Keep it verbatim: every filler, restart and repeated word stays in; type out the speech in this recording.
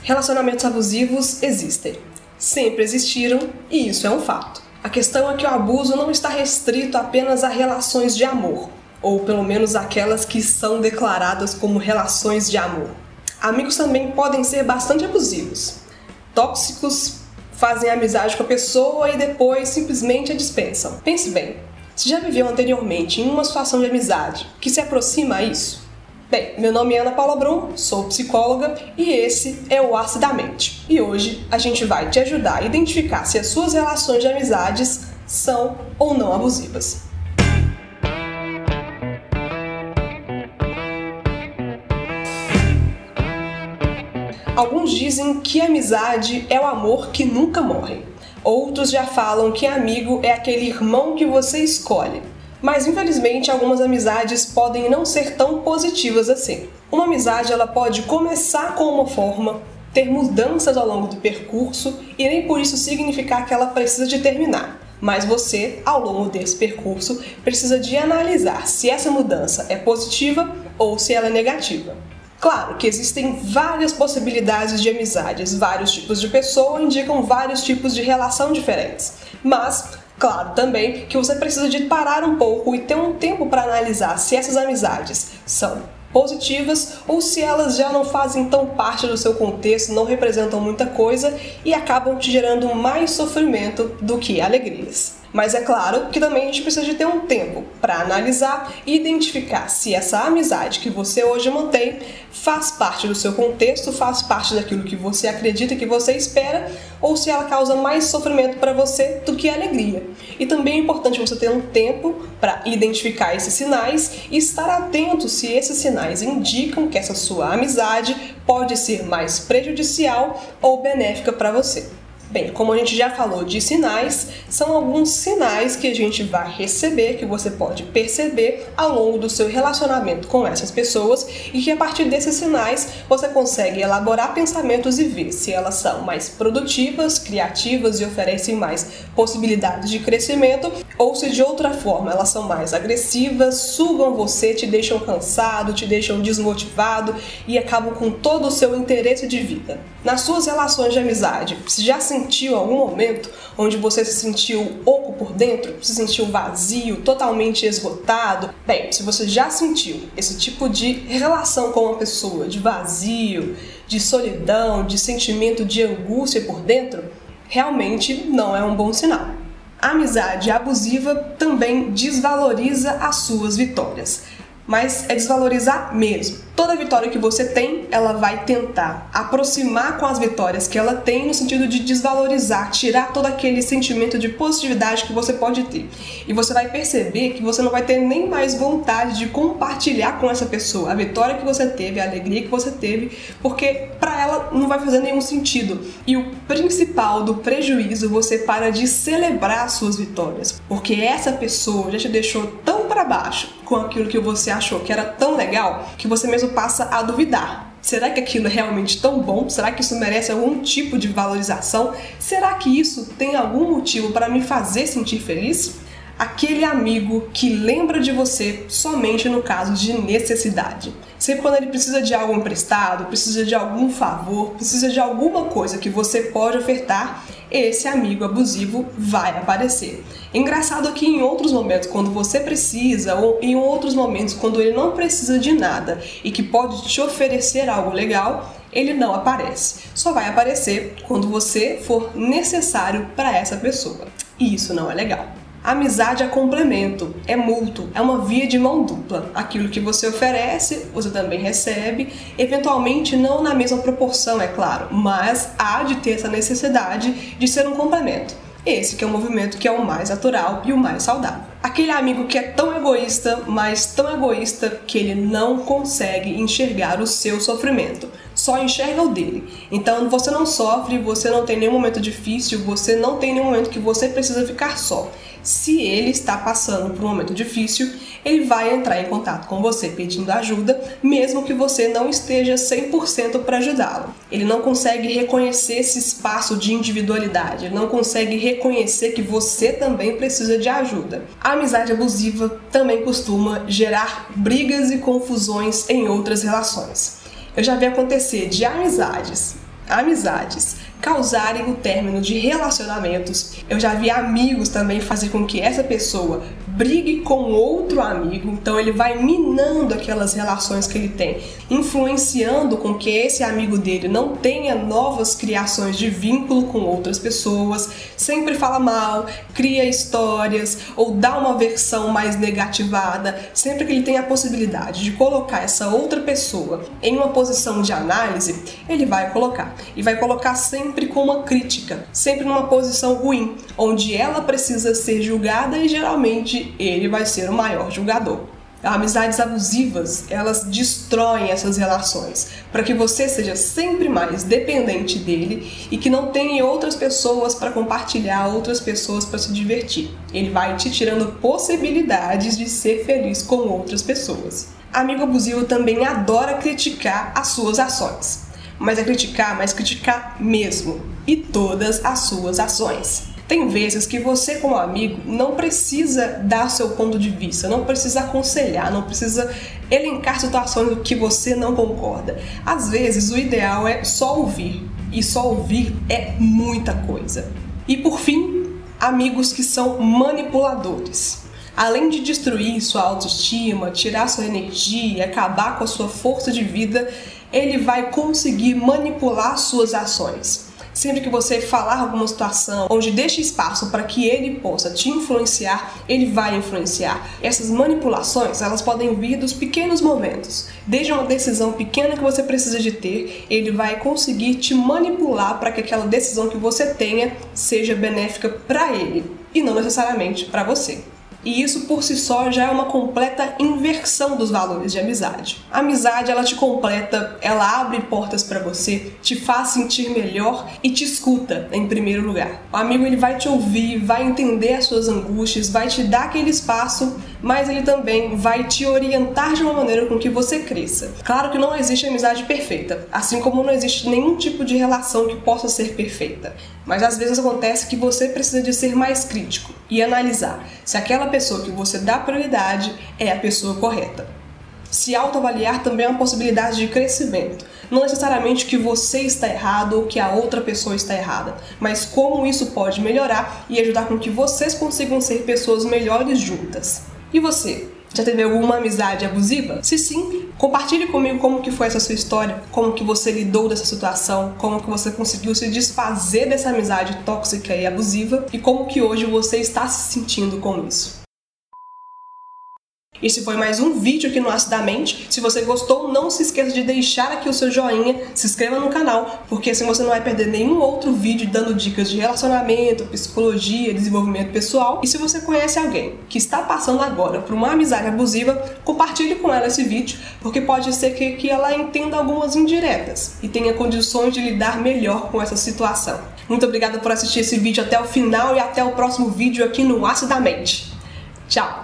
Relacionamentos abusivos existem, sempre existiram e isso é um fato. A questão é que o abuso não está restrito apenas a relações de amor, ou pelo menos aquelas que são declaradas como relações de amor. Amigos também podem ser bastante abusivos, tóxicos, fazem amizade com a pessoa e depois simplesmente a dispensam. Pense bem, você já viveu anteriormente em uma situação de amizade que se aproxima a isso? Bem, meu nome é Ana Paula Brum, sou psicóloga e esse é o Acidamente. E hoje a gente vai te ajudar a identificar se as suas relações de amizades são ou não abusivas. Alguns dizem que amizade é o amor que nunca morre. Outros já falam que amigo é aquele irmão que você escolhe. Mas infelizmente algumas amizades podem não ser tão positivas assim. Uma amizade ela pode começar com uma forma, ter mudanças ao longo do percurso e nem por isso significar que ela precisa de terminar. Mas você, ao longo desse percurso, precisa de analisar se essa mudança é positiva ou se ela é negativa. Claro que existem várias possibilidades de amizades, vários tipos de pessoa indicam vários tipos de relação diferentes, mas claro também que você precisa de parar um pouco e ter um tempo para analisar se essas amizades são positivas ou se elas já não fazem tão parte do seu contexto, não representam muita coisa e acabam te gerando mais sofrimento do que alegrias. Mas é claro que também a gente precisa de ter um tempo para analisar e identificar se essa amizade que você hoje mantém faz parte do seu contexto, faz parte daquilo que você acredita, que você espera, ou se ela causa mais sofrimento para você do que alegria. E também é importante você ter um tempo para identificar esses sinais e estar atento se esses sinais indicam que essa sua amizade pode ser mais prejudicial ou benéfica para você. Bem, como a gente já falou de sinais, são alguns sinais que a gente vai receber, que você pode perceber ao longo do seu relacionamento com essas pessoas e que a partir desses sinais você consegue elaborar pensamentos e ver se elas são mais produtivas, criativas e oferecem mais possibilidades de crescimento ou se de outra forma elas são mais agressivas, sugam você, te deixam cansado, te deixam desmotivado e acabam com todo o seu interesse de vida. Nas suas relações de amizade, se já se sentiu algum momento onde você se sentiu oco por dentro, se sentiu vazio, totalmente esgotado? Bem, se você já sentiu esse tipo de relação com uma pessoa, de vazio, de solidão, de sentimento de angústia por dentro, realmente não é um bom sinal. A amizade abusiva também desvaloriza as suas vitórias, mas é desvalorizar mesmo. Toda vitória que você tem, ela vai tentar aproximar com as vitórias que ela tem no sentido de desvalorizar, tirar todo aquele sentimento de positividade que você pode ter. E você vai perceber que você não vai ter nem mais vontade de compartilhar com essa pessoa a vitória que você teve, a alegria que você teve, porque para ela não vai fazer nenhum sentido. E o principal do prejuízo, você para de celebrar as suas vitórias, porque essa pessoa já te deixou tão para baixo com aquilo que você achou que era tão legal, que você mesmo passa a duvidar. Será que aquilo é realmente tão bom? Será que isso merece algum tipo de valorização? Será que isso tem algum motivo para me fazer sentir feliz? Aquele amigo que lembra de você somente no caso de necessidade. Sempre quando ele precisa de algo emprestado, precisa de algum favor, precisa de alguma coisa que você pode ofertar, esse amigo abusivo vai aparecer. Engraçado que em outros momentos, quando você precisa, ou em outros momentos, quando ele não precisa de nada e que pode te oferecer algo legal, ele não aparece. Só vai aparecer quando você for necessário para essa pessoa. E isso não é legal. A amizade é complemento, é mútuo, é uma via de mão dupla. Aquilo que você oferece, você também recebe, eventualmente não na mesma proporção, é claro, mas há de ter essa necessidade de ser um complemento. Esse que é o movimento que é o mais natural e o mais saudável. Aquele amigo que é tão egoísta, mas tão egoísta que ele não consegue enxergar o seu sofrimento, só enxerga o dele. Então você não sofre, você não tem nenhum momento difícil, você não tem nenhum momento que você precisa ficar só. Se ele está passando por um momento difícil, ele vai entrar em contato com você pedindo ajuda, mesmo que você não esteja cem por cento para ajudá-lo. Ele não consegue reconhecer esse espaço de individualidade, ele não consegue reconhecer que você também precisa de ajuda. A amizade abusiva também costuma gerar brigas e confusões em outras relações. Eu já vi acontecer de amizades amizades causarem o término de relacionamentos, eu já vi amigos também fazer com que essa pessoa brigue com outro amigo, então ele vai minando aquelas relações que ele tem, influenciando com que esse amigo dele não tenha novas criações de vínculo com outras pessoas, sempre fala mal, cria histórias ou dá uma versão mais negativada. Sempre que ele tem a possibilidade de colocar essa outra pessoa em uma posição de análise, ele vai colocar, e vai colocar sempre sempre com uma crítica, sempre numa posição ruim, onde ela precisa ser julgada e geralmente ele vai ser o maior julgador. Amizades abusivas, elas destroem essas relações, para que você seja sempre mais dependente dele e que não tenha outras pessoas para compartilhar, outras pessoas para se divertir. Ele vai te tirando possibilidades de ser feliz com outras pessoas. Amigo abusivo também adora criticar as suas ações. Mas é criticar, mas criticar mesmo. E todas as suas ações. Tem vezes que você, como amigo, não precisa dar seu ponto de vista, não precisa aconselhar, não precisa elencar situações do que você não concorda. Às vezes, o ideal é só ouvir. E só ouvir é muita coisa. E por fim, amigos que são manipuladores. Além de destruir sua autoestima, tirar sua energia, acabar com a sua força de vida, ele vai conseguir manipular suas ações. Sempre que você falar alguma situação onde deixa espaço para que ele possa te influenciar, ele vai influenciar. Essas manipulações, elas podem vir dos pequenos momentos. Desde uma decisão pequena que você precisa de ter, ele vai conseguir te manipular para que aquela decisão que você tenha seja benéfica para ele e não necessariamente para você. E isso por si só já é uma completa inversão dos valores de amizade. A amizade, ela te completa, ela abre portas para você, te faz sentir melhor e te escuta em primeiro lugar. O amigo, ele vai te ouvir, vai entender as suas angústias, vai te dar aquele espaço, mas ele também vai te orientar de uma maneira com que você cresça. Claro que não existe amizade perfeita, assim como não existe nenhum tipo de relação que possa ser perfeita. Mas às vezes acontece que você precisa de ser mais crítico e analisar se aquela pessoa que você dá prioridade é a pessoa correta. Se autoavaliar também é uma possibilidade de crescimento. Não necessariamente que você está errado ou que a outra pessoa está errada, mas como isso pode melhorar e ajudar com que vocês consigam ser pessoas melhores juntas. E você? Já teve alguma amizade abusiva? Se sim, compartilhe comigo como que foi essa sua história, como que você lidou dessa situação, como que você conseguiu se desfazer dessa amizade tóxica e abusiva e como que hoje você está se sentindo com isso. Esse foi mais um vídeo aqui no Acidamente. Se você gostou, não se esqueça de deixar aqui o seu joinha, se inscreva no canal, porque assim você não vai perder nenhum outro vídeo dando dicas de relacionamento, psicologia, desenvolvimento pessoal. E se você conhece alguém que está passando agora por uma amizade abusiva, compartilhe com ela esse vídeo, porque pode ser que, que ela entenda algumas indiretas e tenha condições de lidar melhor com essa situação. Muito obrigada por assistir esse vídeo até o final e até o próximo vídeo aqui no Acidamente. Tchau!